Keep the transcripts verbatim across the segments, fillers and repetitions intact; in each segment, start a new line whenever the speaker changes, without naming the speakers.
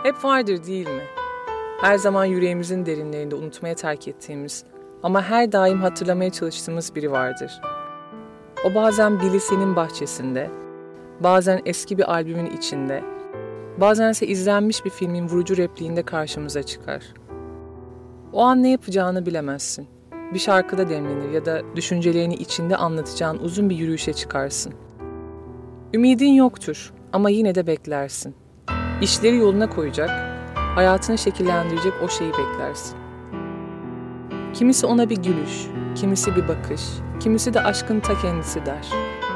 Hep vardır değil mi? Her zaman yüreğimizin derinlerinde unutmaya terk ettiğimiz ama her daim hatırlamaya çalıştığımız biri vardır. O bazen bir lisenin bahçesinde, bazen eski bir albümün içinde, bazense izlenmiş bir filmin vurucu repliğinde karşımıza çıkar. O an ne yapacağını bilemezsin. Bir şarkıda demlenir ya da düşüncelerini içinde anlatacağın uzun bir yürüyüşe çıkarsın. Ümidin yoktur ama yine de beklersin. İşleri yoluna koyacak, hayatını şekillendirecek o şeyi beklersin. Kimisi ona bir gülüş, kimisi bir bakış, kimisi de aşkın ta kendisi der.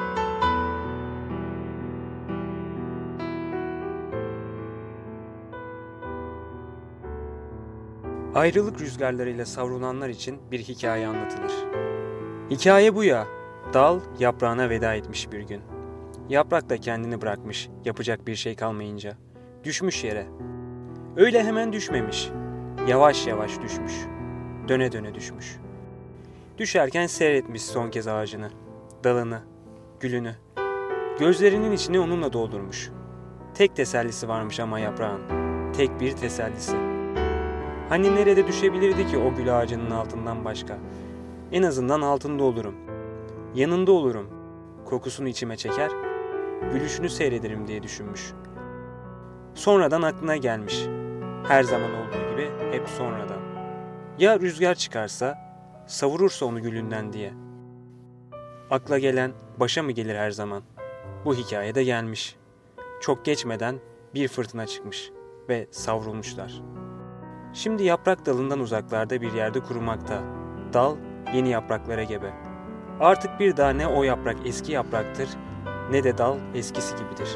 Ayrılık rüzgarlarıyla savrulanlar için bir hikaye anlatılır. Hikaye bu ya, dal yaprağına veda etmiş bir gün. Yaprak da kendini bırakmış, yapacak bir şey kalmayınca. Düşmüş yere. Öyle hemen düşmemiş, yavaş yavaş düşmüş, döne döne düşmüş. Düşerken seyretmiş son kez ağacını, dalını, gülünü. Gözlerinin içini onunla doldurmuş. Tek tesellisi varmış ama yaprağın, tek bir tesellisi. Hani nerede düşebilirdi ki o gül ağacının altından başka? En azından altında olurum. Yanında olurum. Kokusunu içime çeker, gülüşünü seyrederim diye düşünmüş. Sonradan aklına gelmiş. Her zaman olduğu gibi hep sonradan. Ya rüzgar çıkarsa, savurursa onu gülünden diye. Akla gelen başa mı gelir her zaman? Bu hikayede gelmiş. Çok geçmeden bir fırtına çıkmış ve savrulmuşlar. Şimdi yaprak dalından uzaklarda bir yerde kurumakta. Dal yeni yapraklara gebe. Artık bir daha ne o yaprak eski yapraktır, ne de dal eskisi gibidir.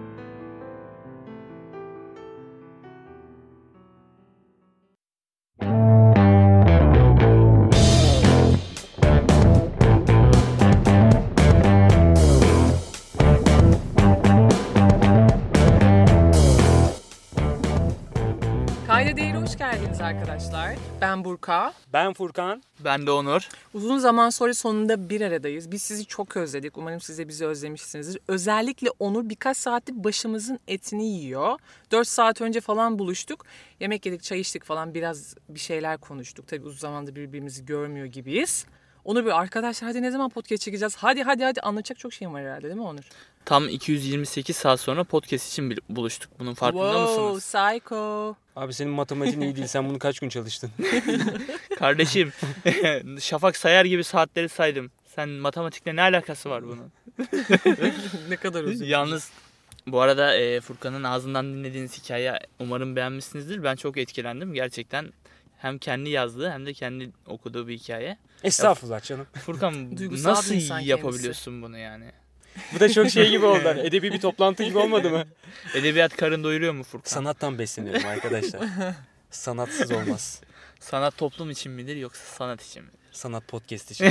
Kayda Değeri hoş geldiniz arkadaşlar. Ben Burka.
Ben Furkan.
Ben de Onur.
Uzun zaman sonra sonunda bir aradayız. Biz sizi çok özledik. Umarım siz de bizi özlemişsinizdir. Özellikle Onur birkaç saattir başımızın etini yiyor. Dört saat önce falan buluştuk. Yemek yedik, çay içtik falan. Biraz bir şeyler konuştuk. Tabii uzun zamandır birbirimizi görmüyor gibiyiz. Onur böyle arkadaşlar hadi ne zaman podcast çekeceğiz? Hadi hadi hadi anlatacak çok şeyim var herhalde değil mi Onur?
Tam iki yüz yirmi sekiz saat sonra podcast için buluştuk. Bunun farkında
wow,
mısınız?
Psycho.
Abi senin matematiğin iyi değil. Sen bunu kaç gün çalıştın?
Kardeşim, Şafak sayar gibi saatleri saydım. Sen matematikle ne alakası var bunun?
Ne kadar uzun.
Yalnız bu arada e, Furkan'ın ağzından dinlediğiniz hikaye umarım beğenmişsinizdir. Ben çok etkilendim. Gerçekten hem kendi yazdığı hem de kendi okuduğu bir hikaye.
Estağfurullah canım.
Furkan
Duygusal
nasıl
bir insan
yapabiliyorsun
kendisi.
bunu yani?
Bu da çok şey gibi oldu. Hani edebi bir toplantı gibi olmadı mı?
Edebiyat karın doyuruyor mu Furkan?
Sanattan besleniyorum arkadaşlar. Sanatsız olmaz.
Sanat toplum için midir yoksa sanat için mi?
Sanat podcast için.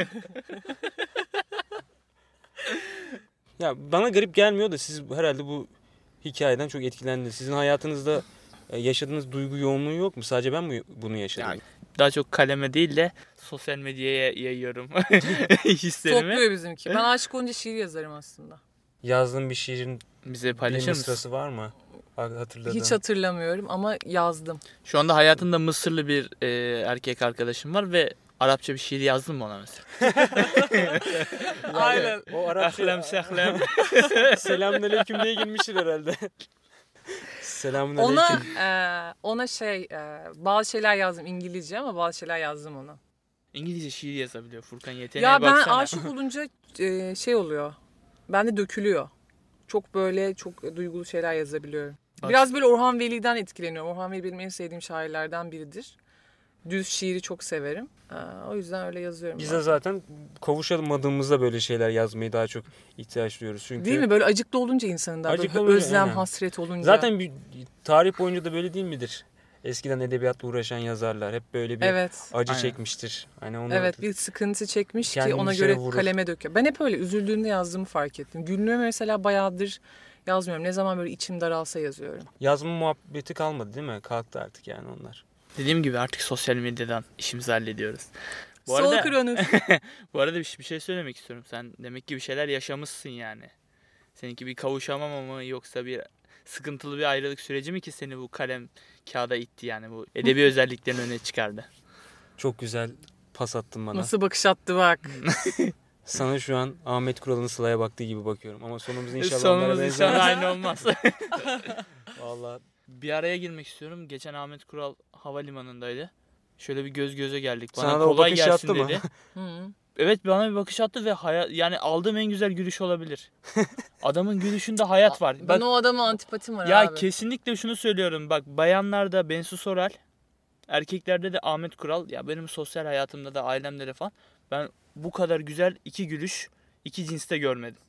Ya bana garip gelmiyor da siz herhalde bu hikayeden çok etkilendiniz. Sizin hayatınızda yaşadığınız duygu yoğunluğu yok mu? Sadece ben mi bunu yaşadım?
Yani daha çok kaleme değil de sosyal medyaya yayıyorum hislerimi.
Topluyor bizimki. Ben aşık olunca şiir yazarım aslında.
Yazdığın bir şiirin
Bize
bir
paylaşır mısın?
mısrası var mı? Hatırladığın.
Hiç hatırlamıyorum ama yazdım.
Şu anda hayatında Mısırlı bir e, erkek arkadaşım var ve Arapça bir şiir yazdın mı ona mesela?
Aynen.
O Arapça
Ahlem sehlem.
selamünaleyküm diye girmiştir herhalde. Selamünaleyküm.
Ona e, ona şey e, bazı şeyler yazdım İngilizce ama bazı şeyler yazdım ona.
İngilizce şiir yazabiliyor Furkan, yeteneğe
Ya ben
baksana.
aşık olunca e, şey oluyor. Bende dökülüyor. Çok böyle çok duygulu şeyler yazabiliyorum.
Bak.
Biraz böyle Orhan Veli'den etkileniyorum. Orhan Veli benim en sevdiğim şairlerden biridir. Düz şiiri çok severim. E, o yüzden öyle yazıyorum.
Biz de zaten kavuşamadığımızda böyle şeyler yazmayı daha çok ihtiyaç duyuyoruz. Çünkü
değil mi? Böyle acıklı olunca insanın da
Acıklı
böyle
olunca,
özlem,
aynen.
hasret olunca.
Zaten bir tarih boyunca da böyle değil midir? Eskiden edebiyatla uğraşan yazarlar hep böyle bir
evet.
acı
Aynen.
çekmiştir. Hani onu
Evet, bir sıkıntı çekmiş ki
kendini
ona
içine
göre
vurur.
kaleme döküyor. Ben hep öyle üzüldüğümde yazdığımı fark ettim. Gülmüyor mesela bayağıdır yazmıyorum. Ne zaman böyle içim daralsa yazıyorum.
yazma muhabbeti kalmadı değil mi? Kalktı artık yani onlar.
Dediğim gibi artık sosyal medyadan işimizi hallediyoruz. Bu
Sol
arada,
kronus.
bu arada bir, bir şey söylemek istiyorum. Sen demek ki bir şeyler yaşamışsın yani. Seninki bir kavuşamama mı yoksa bir sıkıntılı bir ayrılık süreci mi ki seni bu kalem kağıda itti yani bu edebi özelliklerini öne çıkardı?
Çok güzel pas attın bana.
Nasıl bakış attı bak.
Sana şu an Ahmet Kural'ın Sıla'ya baktığı gibi bakıyorum. Ama sonumuz inşallah
Sonumuz
onlara benzer.
inşallah aynı olmaz.
Vallahi
Bir araya girmek istiyorum. Geçen Ahmet Kural havalimanındaydı. Şöyle bir göz göze geldik. Bana
sana da o
kolay
bakış
gelsin
attı mı?
dedi.
Hı.
Evet, bana bir bakış attı ve hayat, yani aldığım en güzel gülüş olabilir. Adamın gülüşünde hayat var.
Ben
Bak,
o adama antipatim var
ya
abi.
kesinlikle şunu söylüyorum. Bak, bayanlarda Bensu Soral, erkeklerde de Ahmet Kural. Ya benim sosyal hayatımda da ailemde de falan. Ben bu kadar güzel iki gülüş iki cinste görmedim.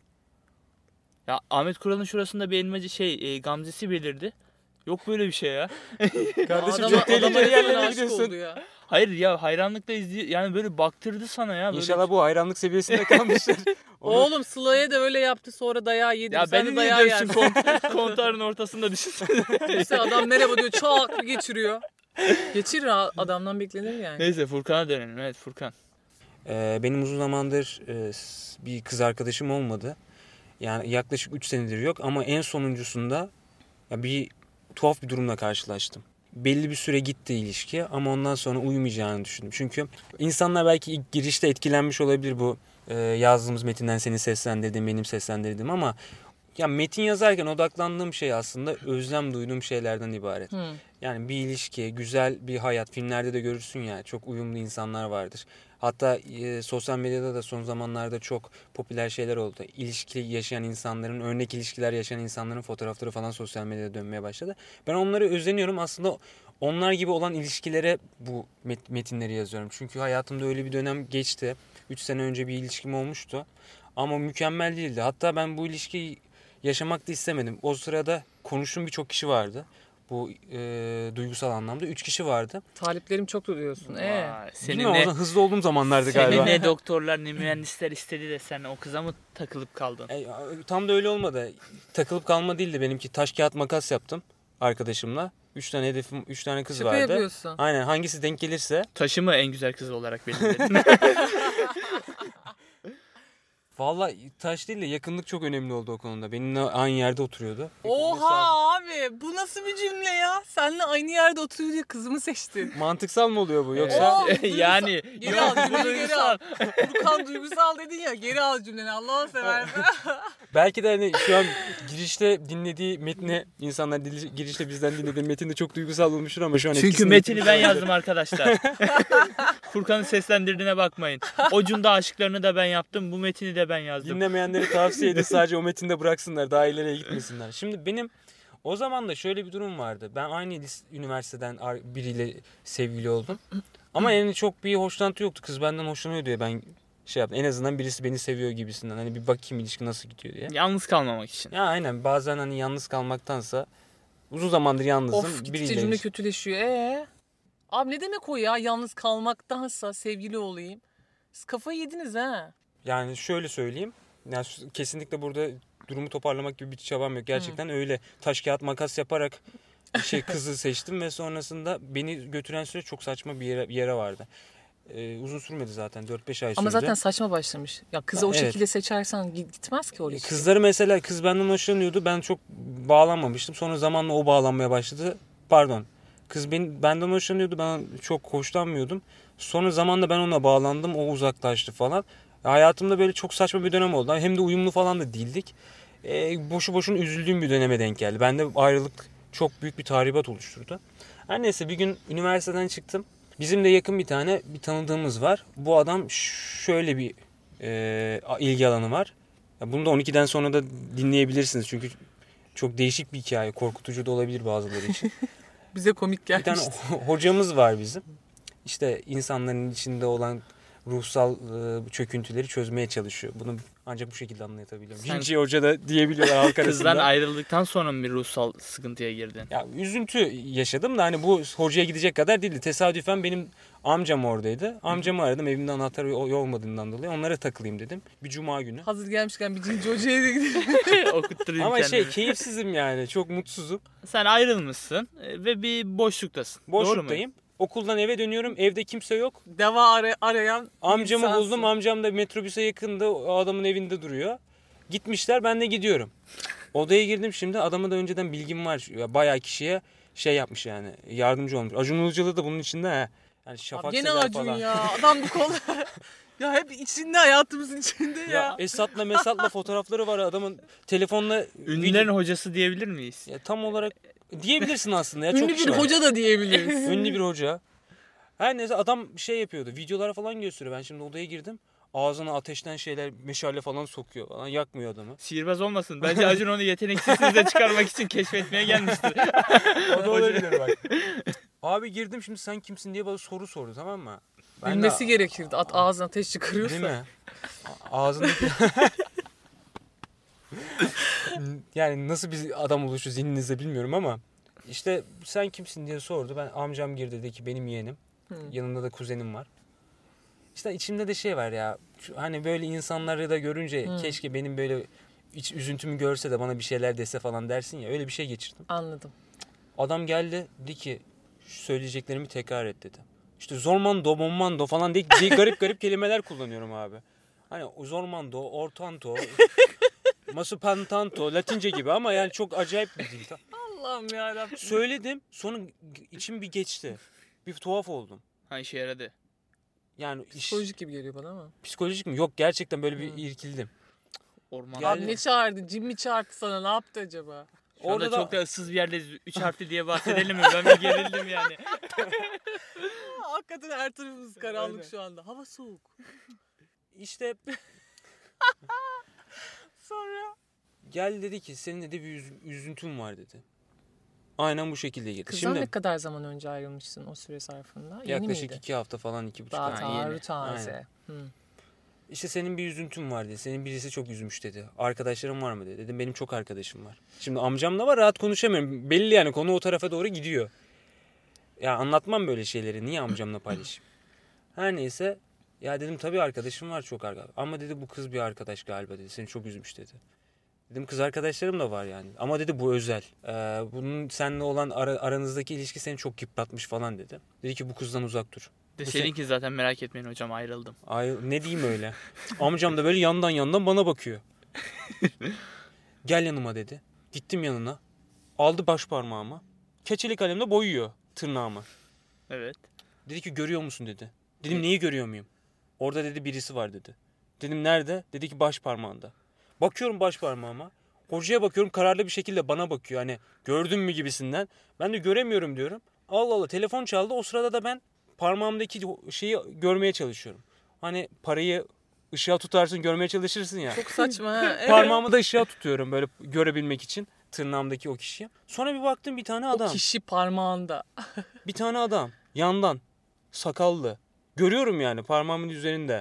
Ya Ahmet Kural'ın şurasında bir elmacı şey e, gamzesi belirdi. Yok böyle bir şey ya.
Kardeşim
Adama-
çok tehlikeli
adama
yerlere
aşık
gidiyorsun.
oldu ya.
Hayır ya, hayranlıkla izliyor. Yani böyle baktırdı sana ya. Böyle.
İnşallah bu hayranlık seviyesinde kalmışlar. Onu-
Oğlum Sıla'ya da öyle yaptı, sonra dayağı yedi.
Ya
Sen
beni
de
niye
dayağı
dövsün
yersin.
kont- kontarın ortasında düşünsene.
İşte adam merhaba diyor, çak geçiriyor. Geçirir ha, adamdan beklenir yani.
Neyse Furkan'a dönelim. Evet Furkan.
Ee, benim uzun zamandır e, s- bir kız arkadaşım olmadı. Yani yaklaşık üç senedir yok ama en sonuncusunda ya bir tuhaf bir durumla karşılaştım. Belli bir süre gitti ilişki ama ondan sonra uyumayacağını düşündüm. Çünkü insanlar belki ilk girişte etkilenmiş olabilir bu e, yazdığımız metinden seni seslendirdim, benim seslendirdim ama ya metin yazarken odaklandığım şey aslında özlem duyduğum şeylerden ibaret.
Hı.
Yani bir ilişki, güzel bir hayat. Filmlerde de görürsün ya, çok uyumlu insanlar vardır. Hatta e, sosyal medyada da son zamanlarda çok popüler şeyler oldu. İlişki yaşayan insanların, örnek ilişkiler yaşayan insanların fotoğrafları falan sosyal medyada dönmeye başladı. Ben onlara özeniyorum. Aslında onlar gibi olan ilişkilere bu met- metinleri yazıyorum. Çünkü hayatımda öyle bir dönem geçti. üç sene önce bir ilişkim olmuştu. Ama mükemmel değildi. Hatta ben bu ilişkiyi yaşamak da istemedim. O sırada konuştuğum birçok kişi vardı. Bu e, duygusal anlamda. Üç kişi vardı.
Taliplerim çok diyorsun. Ee?
Vay, Seni
Bilmiyorum, o
ne,
zaman hızlı olduğum zamanlardı
seni
galiba.
ne doktorlar ne mühendisler istedi de sen o kıza mı takılıp kaldın?
E, tam da öyle olmadı. Takılıp kalma değildi benimki. Taş kağıt makas yaptım arkadaşımla. Üç tane hedefim, üç tane kız
Şaka
vardı.
yapıyorsun.
Aynen, hangisi denk gelirse.
Taşı mı en güzel kız olarak belirledin?
Vallahi taş değil de yakınlık çok önemli oldu o konuda. Benimle aynı yerde oturuyordu.
Oha abi, bu nasıl bir cümle ya? Seninle aynı yerde oturuyor diye kızımı seçtin.
Mantıksal mı oluyor bu yoksa?
Oo, duygusal-
Yani
Geri
yok,
al
bu
cümleyi, geri al.
duygusal.
Furkan duygusal dedin ya, geri al cümleni Allah'ını seversen.
Belki de hani şu an girişte dinlediği metni, insanlar dili- girişte bizden dinlediği metinde çok duygusal olmuştur ama şu an
Çünkü
etkisini-
metini ben yazdım arkadaşlar. Furkan'ın seslendirdiğine bakmayın. Ocunda aşıklarını da ben yaptım. Bu metini de ben yazdım.
Dinlemeyenleri tavsiye edin, sadece o metinde bıraksınlar, daha ileriye gitmesinler. Şimdi benim o zaman da şöyle bir durum vardı. Ben aynı lis- üniversiteden ar- biriyle sevgili oldum. Ama yani çok bir hoşlantı yoktu. Kız benden hoşlanıyor diye ben şey yaptım. En azından birisi beni seviyor gibisinden. Hani bir bakayım ilişki nasıl gidiyor diye.
Yalnız kalmamak için.
Ya aynen, bazen hani yalnız kalmaktansa uzun zamandır yalnızım.
Of, gittikçe
biriyle
cümle
ilişki-
kötüleşiyor. Ee? Abi ne demek o ya, yalnız kalmaktansa sevgili olayım. Siz kafayı yediniz ha.
Yani şöyle söyleyeyim. Yani şu- kesinlikle burada durumu toparlamak gibi bir çabam yok. Gerçekten öyle taş kağıt makas yaparak şey kızı seçtim ve sonrasında beni götüren süre çok saçma bir yere, bir yere vardı. Ee, uzun sürmedi zaten, dört beş ay sürdü.
Ama zaten saçma başlamış. Ya kızı o
Evet.
şekilde seçersen gi- gitmez ki o ilişki.
Kızları mesela, kız benden hoşlanıyordu. Ben çok bağlanmamıştım. Sonra zamanla o bağlanmaya başladı. Pardon. Kız ben, benden hoşlanıyordu. Ben çok hoşlanmıyordum. Sonra zamanla ben ona bağlandım. O uzaklaştı falan. Hayatımda böyle çok saçma bir dönem oldu. Hem de uyumlu falan da değildik. Ee, boşu boşuna üzüldüğüm bir döneme denk geldi. Bende ayrılık çok büyük bir tahribat oluşturdu. Her neyse, bir gün üniversiteden çıktım. Bizim de yakın bir tane bir tanıdığımız var. Bu adam şöyle bir e, ilgi alanı var. Ya bunu da on ikiden sonra da dinleyebilirsiniz. Çünkü çok değişik bir hikaye. Korkutucu da olabilir bazıları için.
Bize komik
Bir tane
gelmişti.
ho- hocamız var bizim. İşte insanların içinde olan ruhsal e, çöküntüleri çözmeye çalışıyor. Bunu ancak bu şekilde anlatabiliyorum.
Sen-
Vinci Hoca da diyebiliyorlar halk
Kızdan
arasında.
ayrıldıktan sonra mı bir ruhsal sıkıntıya girdin?
Ya üzüntü yaşadım da hani bu hocaya gidecek kadar değildi. Tesadüfen benim amcam oradaydı. Amcamı aradım, evimde anahtar olmadığından dolayı. Onlara takılayım dedim. Bir cuma günü.
Hazır gelmişken bir cinci hocaya da gidelim.
Okutturayım
Ama
kendimi.
şey, keyifsizim yani. Çok mutsuzum.
Sen ayrılmışsın e, ve bir boşluktasın. Doğru mu?
Boşluktayım. Okuldan eve dönüyorum. Evde kimse yok.
Deva ara- arayan
Amcamı
insansın.
buldum. Amcam da metrobüse yakında, o adamın evinde duruyor. Gitmişler, ben de gidiyorum. Odaya girdim şimdi. Adama da önceden bilgim var. Ya bayağı kişiye şey yapmış yani. Yardımcı olmuş. Acun Ilıcalı da bunun içinde ha. Yani Şafak
Abi gene
Sezer
Acun
falan.
ya. Adam bu konu. Ya hep içinde, hayatımızın içinde ya.
Ya Esat'la Mesat'la fotoğrafları var adamın telefonla.
Ünlülerin hocası diyebilir miyiz?
Ya tam olarak diyebilirsin aslında ya.
Ünlü
çok
bir
kişi var.
hoca da diyebiliriz.
Ünlü bir hoca. Her neyse adam şey yapıyordu. Videolar falan gösteriyor. Ben şimdi odaya girdim. Ağzına ateşten şeyler, meşale falan sokuyor falan. Yakmıyor adamı.
Sihirbaz olmasın. Bence Acun onu yeteneksizliğe çıkarmak için keşfetmeye gelmiştir.
O da olabilir bak. Abi girdim şimdi sen kimsin diye bana soru sordu, tamam mı? Ben
Bilmesi
de,
gerekirdi. At ağzına ateş çıkarıyorsa.
değil mi? Ağzındaki... Yani nasıl bir adam oluşu zihninizde bilmiyorum ama işte sen kimsin diye sordu. Ben amcam girdi, dedi ki benim yeğenim.
Hı.
Yanında da kuzenim var. İşte içimde de şey var ya. Şu, hani böyle insanları da görünce
Hı.
keşke benim böyle iç üzüntümü görse de bana bir şeyler dese falan dersin ya. Öyle bir şey geçirdim.
Anladım.
Adam geldi dedi ki şu söyleyeceklerimi tekrar et dedi. İşte zormando, bommando falan diye, diye garip garip kelimeler kullanıyorum abi. Hani zormando, ortanto, masupantanto, Latince gibi ama yani çok acayip bir dil.
Allah'ım yarabbim.
Söyledim, sonra içim bir geçti. Bir tuhaf oldum.
Ha işe yaradı.
Yani iş,
Psikolojik gibi geliyor bana ama.
psikolojik mi? Yok, gerçekten böyle bir
Hı.
irkildim.
Orman.
Yani-
Abi ne çağırdı? Cim mi çağırdı sana? Ne yaptı acaba?
Şu anda
Orada da-
çok da ıssız bir yerdeyiz. Üç harfli diye bahsedelim mi? Ben bir gerildim yani.
Aa, hakikaten her tarafımız karanlık
Aynen.
şu anda. Hava soğuk.
İşte
Sonra?
gel dedi ki senin dedi bir üz- üzüntün var dedi. Aynen bu şekilde girdi.
Kızdan
Şimdi
ne kadar zaman önce ayrılmışsın o süre zarfında? Yeni
yaklaşık
miydi?
iki hafta falan, iki buçuk
Daha
hafta.
Ha, yeni.
taarruz taze. Hı.
İşte senin bir üzüntün var dedi. Senin birisi çok üzmüş dedi. Arkadaşların var mı dedi. Dedim benim çok arkadaşım var. Şimdi amcamla var, rahat konuşamıyorum. Belli yani, konu o tarafa doğru gidiyor. Ya anlatmam böyle şeyleri. Niye amcamla paylaşayım? Her neyse. Ya dedim tabii arkadaşım var çok arkadaş. Ama dedi bu kız bir arkadaş galiba dedi. Seni çok üzmüş dedi. Dedim kız arkadaşlarım da var yani. Ama dedi bu özel. Ee, bunun seninle olan ara, aranızdaki ilişki seni çok yıpratmış falan dedi. Dedi ki bu kızdan uzak dur.
Deseydin ki zaten merak etmeyin hocam ayrıldım.
Ay ne diyeyim öyle. Amcam da böyle yandan yandan bana bakıyor. Gel yanıma dedi. Gittim yanına. Aldı baş parmağımı. Keçeli kalemle boyuyor tırnağımı.
Evet.
Dedi ki görüyor musun dedi. Dedim neyi görüyor muyum? Orada dedi birisi var dedi. Dedim nerede? Dedi ki baş parmağında. Bakıyorum baş parmağıma. Hocaya bakıyorum, kararlı bir şekilde bana bakıyor. Hani gördün mü gibisinden. Ben de göremiyorum diyorum. Allah Allah, telefon çaldı. O sırada da ben parmağımdaki şeyi görmeye çalışıyorum. Hani parayı ışığa tutarsın, görmeye çalışırsın ya.
Çok saçma ha. Evet.
Parmağımı da ışığa tutuyorum böyle görebilmek için. Tırnağımdaki o kişiye. Sonra bir baktım bir tane adam.
O kişi parmağında.
Bir tane adam. Yandan. Sakallı. Görüyorum yani parmağımın üzerinde.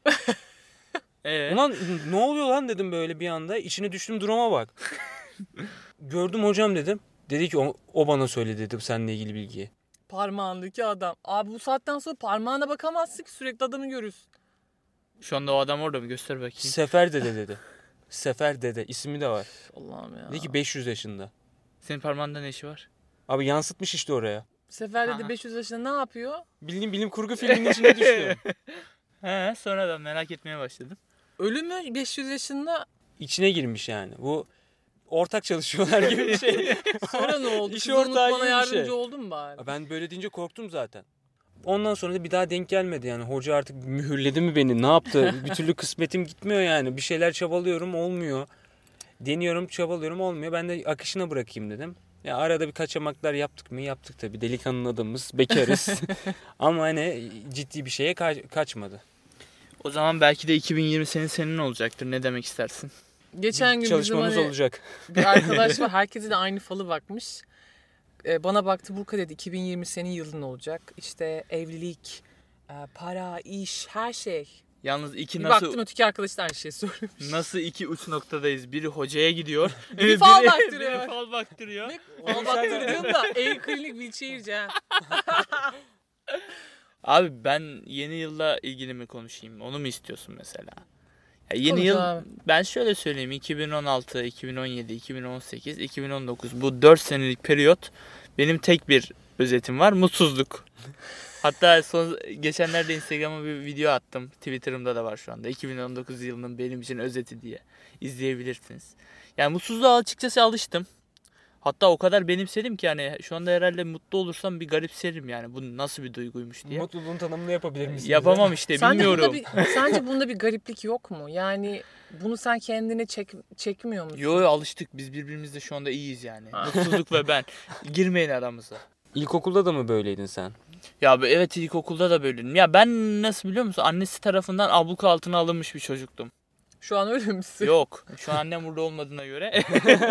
Ee?
Ulan ne oluyor lan dedim böyle bir anda. İçine düştüm, duruma bak. Gördüm hocam dedim. Dedi ki o, o bana söyledi dedim seninle ilgili bilgiyi.
Parmağındaki adam. Abi bu saatten sonra parmağına bakamazsın ki, sürekli adamı görürsün.
Şu anda o adam orada mı? Göster bakayım.
Sefer dede dedi. Sefer dede ismi de var.
Allah'ım ya.
Dedi ki beş yüz yaşında.
Senin parmağında ne işi var?
Abi yansıtmış işte oraya.
Seferde
Aha.
de beş yüz yaşında ne yapıyor?
Bildiğin bilim kurgu filminin içine düştüm.
He, sonradan merak etmeye başladım.
Ölü mü beş yüz yaşında?
İçine girmiş yani. Bu ortak çalışıyorlar gibi bir şey.
Sonra ne oldu?
İşi
Kızı
ortağı
unutmana
gibi bir
yardımcı
şey.
oldun mu bari?
Ben böyle deyince korktum zaten. Ondan sonra da bir daha denk gelmedi yani. Hoca artık mühürledi mi beni? Ne yaptı? Bir türlü kısmetim gitmiyor yani. Bir şeyler çabalıyorum, olmuyor. Deniyorum, çabalıyorum, olmuyor. Ben de akışına bırakayım dedim. Ya arada bir kaçamaklar yaptık mı? Yaptık tabii. Delikanlı adamız, bekarız. Ama hani ciddi bir şeye ka- kaçmadı.
O zaman belki de iki bin yirmi senin senin olacaktır. Ne demek istersin?
Geçen gün bizim
Çalışmamız
hani
olacak.
bir arkadaş var. Herkese de aynı falı bakmış. Ee, bana baktı, Burka dedi iki bin yirmi senin yılın olacak. İşte evlilik, e, para, iş, her şey.
Yalnız iki
Bir
nasıl
baktım öteki arkadaş da aynı şeyi söylemiş.
nasıl iki uç noktadayız. Biri hocaya gidiyor.
Biri fal baktırıyor.
Biri fal baktırıyor.
Ne? Fal baktırıyor diyorum da ev klinik Wilshire'ci ha.
Abi ben yeni yılla ilgili mi konuşayım? Onu mu istiyorsun mesela? Ya yeni
Konuş
yıl
abi.
ben şöyle söyleyeyim. iki bin on altı, iki bin on yedi, iki bin on sekiz, iki bin on dokuz bu dört senelik periyot benim tek bir özetim var. Mutsuzluk. Hatta son geçenlerde Instagram'a bir video attım. Twitter'ımda da var şu anda. iki bin on dokuz yılının benim için özeti diye. İzleyebilirsiniz. Yani mutsuzluğa açıkçası alıştım. Hatta o kadar benimsedim ki yani şu anda herhalde mutlu olursam bir garipserim yani. Bu nasıl bir duyguymuş diye.
Mutluluğun tanımını yapabilir misin?
Yapamam işte,
Sence
bilmiyorum.
bunda bir, sence bunda bir gariplik yok mu? Yani bunu sen kendine çek, çekmiyor musun?
Yo, alıştık. Biz birbirimizle şu anda iyiyiz yani. Mutsuzluk ve ben. Girmeyin aramıza.
İlkokulda da mı böyleydin sen?
Ya evet, ilkokulda da böyleydim. Ya ben nasıl biliyor musun? Annesi tarafından abluka altına alınmış bir çocuktum.
Şu an öyle misin?
Yok. Şu an annem burada olmadığına göre.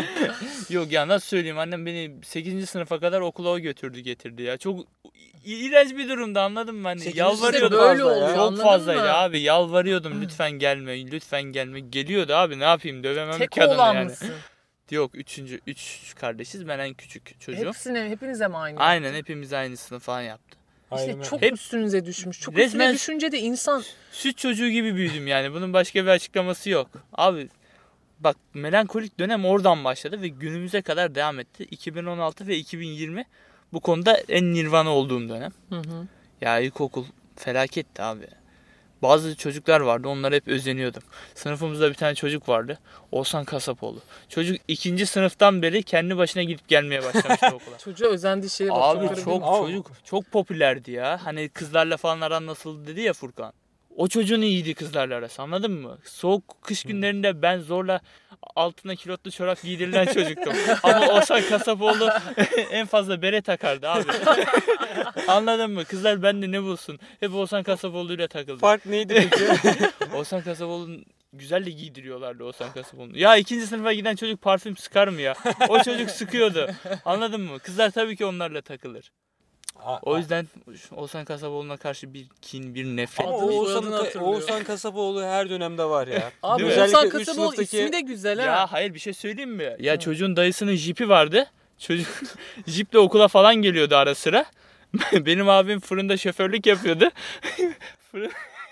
Yok ya, nasıl söyleyeyim, annem beni sekizinci sınıfa kadar okula o götürdü getirdi ya. Çok iğrenç bir durumda, anladın mı? Hani yalvarıyordum.
Böyle oluyor,
çok fazlaydı
mı?
abi. Yalvarıyordum, lütfen gelme, lütfen gelme. Geliyordu abi, ne yapayım, dövemem
Tek
ki adamı
oğlan
yani.
mısın?
Yok, üçüncü, üç kardeşiz. Ben en küçük çocuğum.
Hepsine, hepinize mi aynı?
Aynen, hepimiz aynısını falan yaptı.
İşte
Aynen.
çok
Hep-
üstünüze düşmüş. Çok
Resmen-
üstüne düşünce de insan...
Süt çocuğu gibi büyüdüm yani. Bunun başka bir açıklaması yok. Abi bak, melankolik dönem oradan başladı ve günümüze kadar devam etti. iki bin on altı ve iki bin yirmi bu konuda en nirvana olduğum dönem.
Hı hı.
Ya ilkokul felaketti abi. Bazı çocuklar vardı, onlara hep özeniyordum. Sınıfımızda bir tane çocuk vardı. Oğuzhan Kasapoğlu. Çocuk ikinci sınıftan beri kendi başına gidip gelmeye başlamıştı okula.
Çocuğa özendiği şeye bak.
Abi
garip
çok
değil mi?
çocuk çok popülerdi ya. Hani kızlarla falan aran nasıl dedi ya Furkan. O çocuğun iyiydi kızlarla arası, anladın mı? Soğuk kış günlerinde ben zorla altına kilotlu çorap giydirilen çocuktum. Ama Oğuzhan Kasapoğlu en fazla bere takardı abi. Anladın mı? Kızlar bende ne bulsun? Hep Oğuzhan Kasapoğlu'yla takıldı.
Fark neydi peki?
Oğuzhan Kasapoğlu'nun güzel de giydiriyorlardı Oğuzhan Kasapoğlu'nu. Ya ikinci sınıfa giden çocuk parfüm sıkar mı ya? O çocuk sıkıyordu. Anladın mı? Kızlar tabii ki onlarla takılır. O yüzden Oğuzhan Kasapoğlu'na karşı bir kin, bir nefret.
Ama
Adını,
Oğuzhan,
soyadını hatırlıyor.
Oğuzhan Kasapoğlu her dönemde var ya.
Abi
Değil mi?
Oğuzhan
Özellikle üst
Kasapoğlu
sınıftaki-
ismi de güzel ha.
Ya hayır, bir şey söyleyeyim mi? Ya çocuğun dayısının jipi vardı. Çocuk jiple okula falan geliyordu ara sıra. Benim abim fırında şoförlük yapıyordu. Fırın...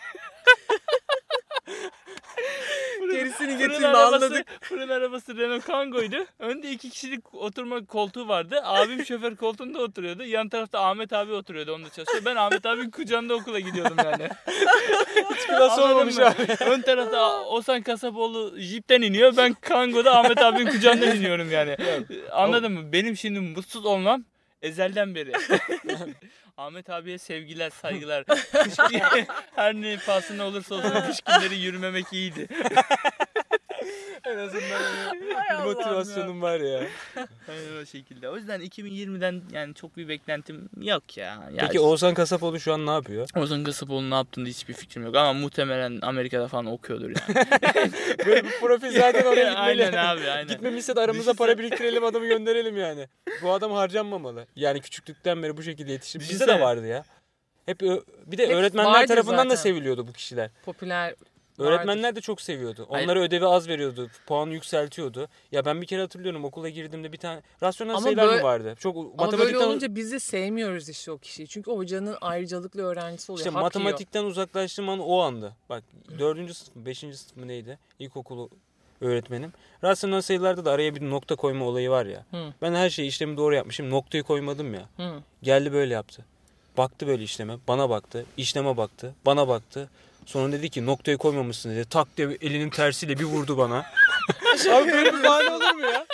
Gerisini
Fırın
getirme,
arabası,
anladık.
fırın arabası Renault Kango'ydu. Önde iki kişilik oturma koltuğu vardı. Abim şoför koltuğunda oturuyordu. Yan tarafta Ahmet abi oturuyordu, onda çalışıyor. Ben Ahmet abinin kucağında okula gidiyordum yani.
Nasıl
Anladın
olmamış
mı?
abi?
Ön tarafta Oğuzhan Kasapoğlu jipten iniyor. Ben Kango'da Ahmet abinin kucağından iniyorum yani. Anladın mı? Benim şimdi mutsuz olmam ezelden beri. Ahmet abiye sevgiler, saygılar. Kış, her ne pahasına olursa olsun kış günleri yürümemek iyiydi.
En azından
Hay
bir
Allah'ım
motivasyonum var ya.
Aynen o şekilde. O yüzden iki bin yirmiden yani çok bir beklentim yok ya. ya
Peki
işte,
Oğuzhan Kasapoğlu şu an ne yapıyor?
Oğuzhan Kasapoğlu ne yaptığında hiçbir fikrim yok ama muhtemelen Amerika'da falan okuyordur yani.
Böyle bir profil zaten oraya gitmeli.
Aynen abi, aynen.
Gitmemişse de aramıza
Düşünsene-
para biriktirelim, adamı gönderelim yani. Bu adam harcanmamalı. Yani küçüklükten beri bu şekilde yetişti. Bizde
Düşünsene.
de vardı ya. Hep ö- bir de
Hep
öğretmenler
vardır
tarafından da
zaten.
seviliyordu bu kişiler.
Popüler.
Öğretmenler de çok seviyordu.
Hayır.
Onlara ödevi az veriyordu. Puanı yükseltiyordu. Ya ben bir kere hatırlıyorum, okula girdiğimde bir tane rasyonel
Ama
sayılar
böyle-
mı vardı? Çok
Ama böyle
matematikten
olunca biz de sevmiyoruz işte o kişiyi. Çünkü o hocanın ayrıcalıklı öğrencisi oluyor.
işte
Hak yiyor.
matematikten uzaklaştığım an o andı. Bak dördüncü sınıf mı beşinci sınıf mı neydi? İlkokulu öğretmenim. Rasyonel sayılarda da araya bir nokta koyma olayı var ya.
Hı.
Ben her şeyi işlemi doğru yapmışım. Noktayı koymadım ya.
Hı.
Geldi böyle yaptı. Baktı böyle işleme. Bana baktı. İşleme baktı. Bana baktı. Sonra dedi ki noktayı koymamışsın dedi. Tak diye elinin tersiyle bir vurdu bana. Abi böyle bir bahane olur mu ya?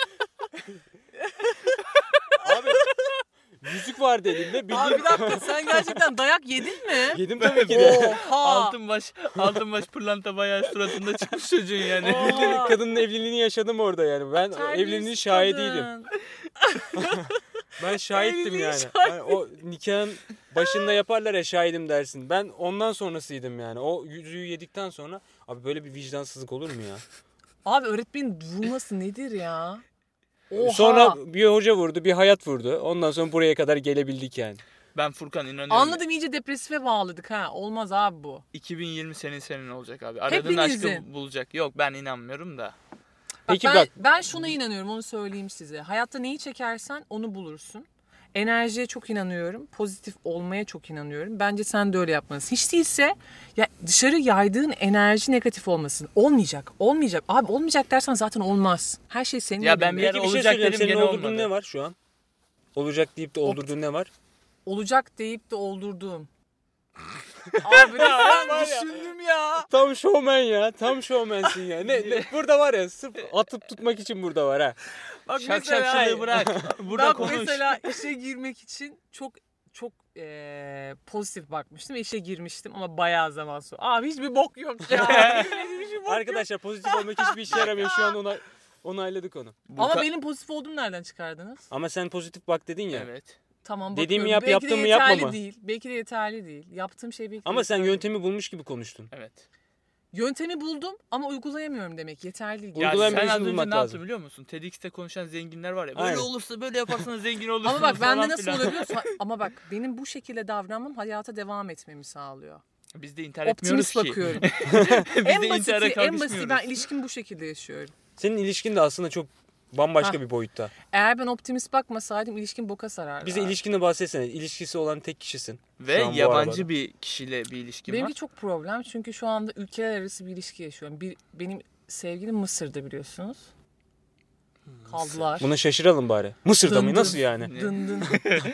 Abi yüzük vardı elimde.
Abi
Bildiğin...
bir dakika, sen gerçekten dayak yedin mi?
Yedim tabii ki de.
Oha.
Altın baş, altın baş pırlanta bayağı suratında çıkmış çocuğun yani.
Aa.
Bildiğin kadının evliliğini yaşadım orada yani. Ben o
Terbiyesiz
evliliğinin şahidiydim.
kadın.
Ben şahittim
Evliliğin
yani. Yani o nikahın başında yaparlar ya, şahidim dersin. Ben ondan sonrasıydım yani. O yüzüğü yedikten sonra abi böyle bir vicdansızlık olur mu ya?
Abi öğretmenin vurması nedir ya? Oha.
Sonra bir hoca vurdu, bir hayat vurdu. Ondan sonra buraya kadar gelebildik yani.
Ben Furkan inanıyorum.
Anladım, iyice depresife bağladık ha. Olmaz abi bu.
iki bin yirmi senin senin olacak abi. Aradığın
Hepinizin.
aşkı bulacak. Yok, ben inanmıyorum da.
Peki
ben,
bak.
ben şuna inanıyorum, onu söyleyeyim size. Hayatta neyi çekersen onu bulursun. Enerjiye çok inanıyorum. Pozitif olmaya çok inanıyorum. Bence sen de öyle yapmalısın. Hiç değilse ya dışarı yaydığın enerji negatif olmasın. Olmayacak. Olmayacak. Abi olmayacak dersen zaten olmaz. Her şey senin
Ya
elinde.
ben bir yer
Peki bir şey
olacak
söyleyeceğim.
dedim,
Senin
gene
oldurduğun
olmadı.
ne var şu an? Olacak deyip de oldurduğun ne var?
olacak deyip de oldurduğum. Abi ben düşündüm ya.
Tam şovmen ya. Tam şovmensin ya. Ne, ne burada var ya sırf atıp tutmak için burada var ha.
Bak
Şak şakçılığı bırak. Burada
ben
konuş.
mesela işe girmek için çok çok ee, pozitif bakmıştım. İşe girmiştim ama bayağı zaman sonra. Abi hiçbir bok yok ya. Hiçbir bok yok.
Arkadaşlar pozitif olmak hiçbir işe yaramıyor. Şu an ona, onayladık onu.
Bu
Ama
ka-
benim pozitif olduğumu nereden çıkardınız?
Ama sen pozitif bak dedin ya.
Evet.
Tamam
Dediğimi
bakıyorum.
yap,
Belki de
yaptığımı yapma
yeterli
mı?
değil. Belki de yeterli değil. Yaptığım şey belki de
Ama sen
yeterli.
yöntemi bulmuş gibi konuştun.
Evet.
Yöntemi buldum ama uygulayamıyorum demek. Yeterli değil.
Ya
Uygulayan
sen
birisini
az önce
bulmak
ne yaptın
lazım.
biliyor musun? TEDx'te konuşan zenginler var ya. Böyle
Aynen.
olursa böyle yaparsanız zengin olursunuz
Ama bak bende
falan
nasıl
filan.
oluyor biliyor musun? Ama bak benim bu şekilde davranmam hayata devam etmemi sağlıyor.
Biz de intihar etmiyoruz
Optimist
ki.
bakıyorum.
Biz
en
de
basiti,
intihara
en basiti
kalkışmıyoruz.
ben ilişkimi bu şekilde yaşıyorum.
Senin ilişkin de aslında çok bambaşka
Ha.
bir boyutta.
Eğer ben optimist bakmasaydım ilişkim boka sarardı.
Bize ilişkini bahsetsene. İlişkisi olan tek kişisin.
Ve
Şu an bu
yabancı
arabada.
bir kişiyle bir ilişkin
Benimki
var.
çok problem çünkü şu anda ülkeler arası bir ilişki yaşıyorum. Bir, benim sevgilim Mısır'da biliyorsunuz. Kaldılar.
Buna şaşıralım bari. Mısır'da
Dın
mı?
dın.
Nasıl yani?
Dın dın.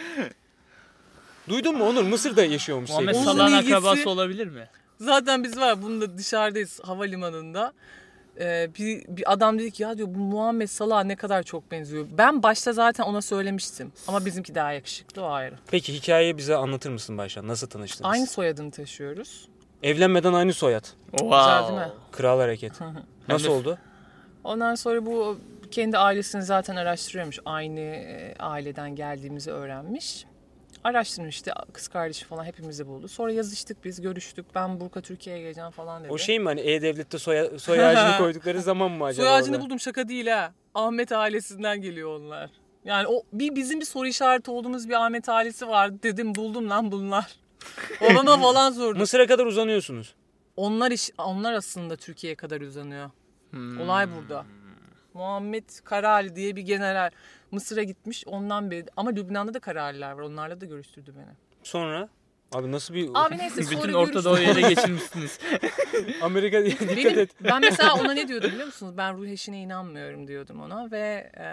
Duydun mu Onur? Mısır'da yaşıyormuş
Muhammed
sevgilisi.
Onun
Salah'ın
ilgisi-
akrabası olabilir mi?
Zaten biz var bunda dışarıdayız havalimanında. Ee, bir, bir adam dedi ki ya diyor bu Muhammed Salah'a ne kadar çok benziyor. Ben başta zaten ona söylemiştim. Ama bizimki daha yakışıklı, o ayrı.
Peki hikayeyi bize anlatır mısın Bayşan? Nasıl tanıştınız?
Aynı soyadını taşıyoruz.
Evlenmeden aynı soyad.
Güzel değil mi?
Kral hareket. Nasıl
Hem de-
oldu?
Ondan sonra bu kendi ailesini zaten araştırıyormuş. Aynı e, aileden geldiğimizi öğrenmiş. Araştırmış işte, kız kardeşi falan hepimizi buldu. Sonra yazıştık biz, görüştük. Ben Burka Türkiye'ye geleceğim falan dedi.
O şey mi hani E-Devlet'te soy, soy ağacını koydukları zaman mı acaba?
Soy ağacını
orada?
buldum, şaka değil ha. Ahmet ailesinden geliyor onlar. Yani o bir bizim bir soru işareti olduğumuz bir Ahmet ailesi vardı. Dedim buldum lan bunlar. Babama falan sordum.
Mısır'a kadar uzanıyorsunuz.
Onlar iş, onlar aslında Türkiye'ye kadar uzanıyor.
Hmm.
Olay burada. Muhammed Karali diye bir general Mısır'a gitmiş ondan beri. Ama Lübnan'da da Karaliler var. Onlarla da görüştürdü beni.
Sonra? Abi nasıl bir...
Abi neyse sonra
Bütün Orta Doğu'yu ele geçirmişsiniz.
Amerika diye dikkat
Benim,
et.
ben mesela ona ne diyordum biliyor musunuz? Ben ruh eşine inanmıyorum diyordum ona ve e,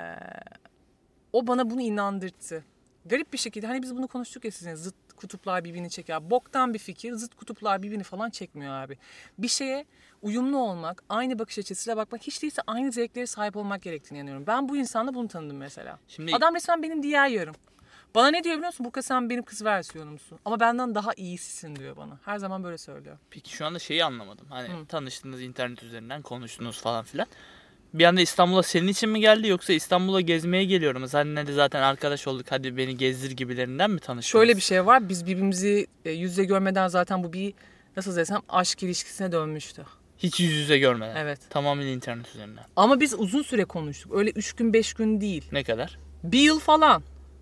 o bana bunu inandırdı. Garip bir şekilde hani biz bunu konuştuk ya sizinle, zıt kutuplar birbirini çeker. Boktan bir fikir, zıt kutuplar birbirini falan çekmiyor abi. Bir şeye uyumlu olmak, aynı bakış açısıyla bakmak, hiç değilse aynı zevklere sahip olmak gerektiğini inanıyorum. Ben bu insanla bunu tanıdım mesela.
Şimdi
Adam resmen benim diğer yarım. Bana ne diyor biliyor musun? Burka sen benim kız versiyonumsun. Ama benden daha iyisisin diyor bana. Her zaman böyle söylüyor.
peki şu anda şeyi anlamadım. Hani
Hı.
tanıştınız internet üzerinden, konuştunuz falan filan. Bir anda İstanbul'a senin için mi geldi yoksa İstanbul'a gezmeye geliyorum. Seninle de zaten arkadaş olduk, hadi beni gezdir gibilerinden mi tanıştınız?
Şöyle bir şey var. Biz birbirimizi e, yüz yüze görmeden zaten bu bir, nasıl desem, aşk ilişkisine dönmüştü.
Hiç yüz yüze görmeden.
Evet.
Tamamen internet üzerinden.
Ama biz uzun süre konuştuk. Öyle üç gün beş gün değil.
Ne kadar?
Bir yıl falan.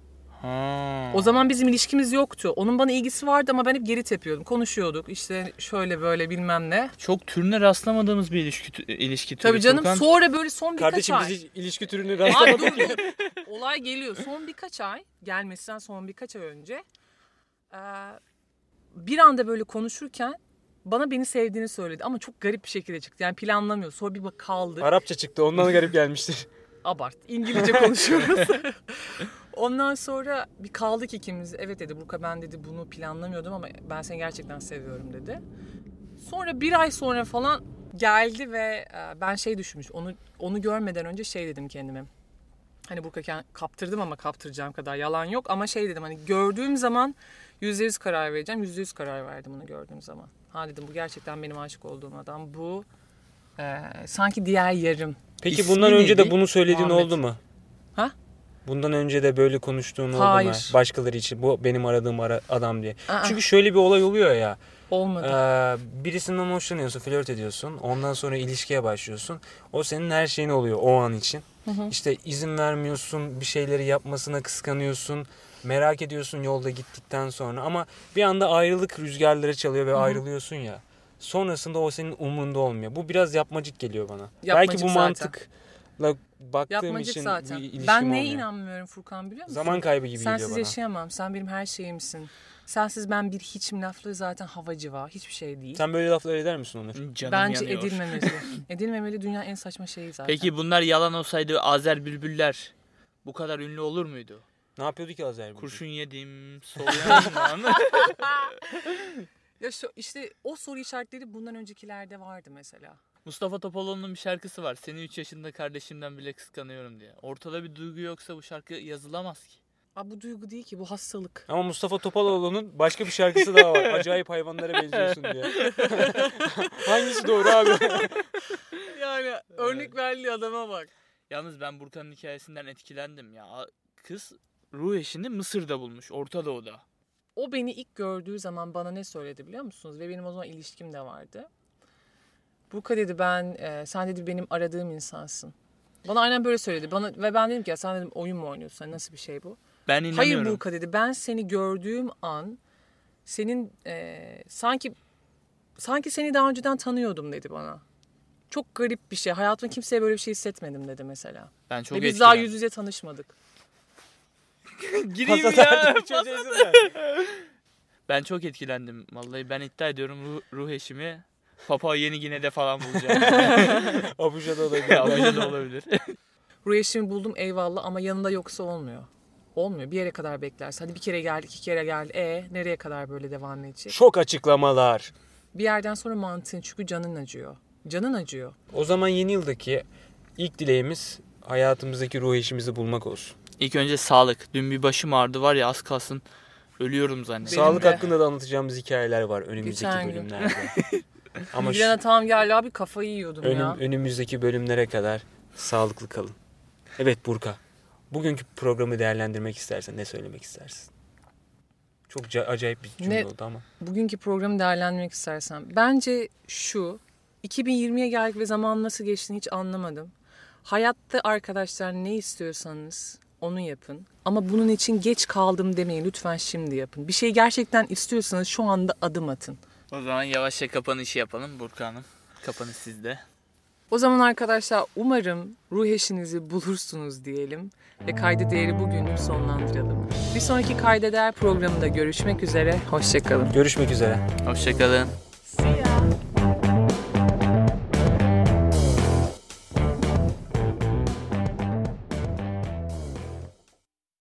Ha.
O zaman bizim ilişkimiz yoktu. Onun bana ilgisi vardı ama ben hep geri tepiyordum. Konuşuyorduk işte şöyle böyle bilmem ne.
Çok türüne rastlamadığımız bir ilişki, ilişki türü.
Tabii canım.
Furkan.
Sonra böyle son birkaç
Kardeşim
ay.
biz hiç ilişki türünü
Abi
rastlamadık.
dur dur. Olay geliyor. Son birkaç ay, gelmesinden son birkaç ay önce eee, bir anda böyle konuşurken bana beni sevdiğini söyledi. Ama çok garip bir şekilde çıktı. Yani planlamıyor. Sonra bir bak kaldı.
Arapça çıktı ondan garip gelmiştir.
Abart. İngilizce konuşuyoruz. Ondan sonra bir kaldık ikimiz. Evet dedi Burka, ben dedi bunu planlamıyordum ama ben seni gerçekten seviyorum dedi. Sonra bir ay sonra falan geldi ve e, ben şey düşünmüş. Onu onu görmeden önce şey dedim kendime. Hani Burka kaptırdım ama kaptıracağım kadar yalan yok. Ama şey dedim, hani gördüğüm zaman yüzde yüz karar vereceğim. Yüzde yüz karar verdim onu gördüğüm zaman. Ha dedim bu gerçekten benim aşık olduğum adam. Bu e, sanki diğer yarım.
Peki
İsmi
bundan önce de
neydi?
bunu söylediğin
Muhammed.
oldu mu?
Ha?
Bundan önce de böyle konuştuğun oldu mu?
Hayır.
Başkaları için bu benim aradığım ara- adam diye.
Aa.
Çünkü şöyle bir olay oluyor ya.
Olmadı.
Ee, birisinden hoşlanıyorsun, flört ediyorsun. Ondan sonra ilişkiye başlıyorsun. O senin her şeyin oluyor o an için.
Hı hı.
İşte izin vermiyorsun, bir şeyleri yapmasına kıskanıyorsun. Merak ediyorsun yolda gittikten sonra. Ama bir anda ayrılık rüzgarları çalıyor ve
Hı hı.
ayrılıyorsun ya. Sonrasında o senin umrunda olmuyor. Bu biraz yapmacık geliyor bana.
Yapmacık
Belki bu
zaten.
mantıkla baktığım
Yapmacık
için
zaten.
bir ilişkim
Ben neye
olmuyor.
inanmıyorum Furkan biliyor musun?
Zaman kaybı gibi
Sensiz
geliyor bana.
yaşayamam. Sen benim her şeyimsin. Sensiz ben bir hiçim lafları zaten havacıva. Hiçbir şey değil.
Sen böyle laflar eder misin Onur?
Canım
Bence
yanıyor.
edilmemeli. Edilmemeli, dünya en saçma şeyi zaten.
Peki bunlar yalan olsaydı Azer Bülbüller bu kadar ünlü olur muydu?
Ne yapıyordu ki Azerbaycan?
Kurşun yedim, soğuyan lan.
Ya şu, işte o soru işaretleri bundan öncekilerde vardı mesela.
Mustafa Topaloğlu'nun bir şarkısı var. Seni üç yaşında kardeşimden bile kıskanıyorum diye. Ortada bir duygu yoksa bu şarkı yazılamaz ki.
Aa, bu duygu değil ki, bu hastalık.
Ama Mustafa Topaloğlu'nun başka bir şarkısı daha var. Acayip hayvanlara benziyorsun diye. Hangisi doğru abi?
Yani örnek verdiği adama bak.
Yalnız ben Burkan'ın hikayesinden etkilendim ya. Kız ruh eşini Mısır'da bulmuş, Orta Doğu'da.
O beni ilk gördüğü zaman bana ne söyledi biliyor musunuz? Ve benim o zaman ilişkim de vardı. Burka dedi, ben e, sen dedi benim aradığım insansın. Bana aynen böyle söyledi. Bana ve ben dedim ki ya sen dedim oyun mu oynuyorsun? Nasıl bir şey bu?
Ben inanıyorum.
Hayır Burka dedi. Ben seni gördüğüm an senin e, sanki sanki seni daha önceden tanıyordum dedi bana. Çok garip bir şey. Hayatımda kimseye böyle bir şey hissetmedim dedi mesela.
Ben çok
Ve biz
etkilendim.
daha yüz yüze tanışmadık.
Gireyim
Pas
ya.
atar gibi
pas
çocuğusun
atar.
ben.
Ben çok etkilendim. Vallahi ben iddia ediyorum ruh, ruh eşimi Papua Yeni Gine'de falan bulacağım.
Abuja da olabilir.
Avucu da olabilir.
Ruh eşimi buldum eyvallah ama yanında yoksa olmuyor. Olmuyor. Bir yere kadar beklersin. Hadi bir kere geldi, iki kere geldi. E nereye kadar böyle devam edecek?
Şok açıklamalar.
Bir yerden sonra mantığın, çünkü canın acıyor. Canın acıyor.
O zaman yeni yıldaki ilk dileğimiz hayatımızdaki ruh eşimizi bulmak olsun.
İlk önce sağlık. Dün bir başım ağrıdı var ya, az kalsın ölüyorum zannettim.
Benim
Sağlık
de.
hakkında da anlatacağımız hikayeler var önümüzdeki
Geçen gün.
bölümlerde. Ama şu,
Bilene tamam geldi abi, kafayı yiyordum
önüm,
ya.
önümüzdeki bölümlere kadar sağlıklı kalın. Evet Burka, bugünkü programı değerlendirmek istersen ne söylemek istersin? Çok ca- acayip bir cümle
Ne-
oldu ama.
Bugünkü programı değerlendirmek istersem. Bence şu, iki bin yirmiye geldik ve zaman nasıl geçtiğini hiç anlamadım. Hayatta arkadaşlar ne istiyorsanız onu yapın. Ama bunun için geç kaldım demeyin, lütfen şimdi yapın. Bir şeyi gerçekten istiyorsanız şu anda adım atın.
O zaman yavaşça kapanışı yapalım Burkan Hanım. Kapanış sizde.
O zaman arkadaşlar umarım ruh eşinizi bulursunuz diyelim ve kayda değeri bugünlük sonlandıralım. Bir sonraki kayda değer programında görüşmek üzere, hoşça kalın.
Görüşmek üzere.
Hoşçakalın.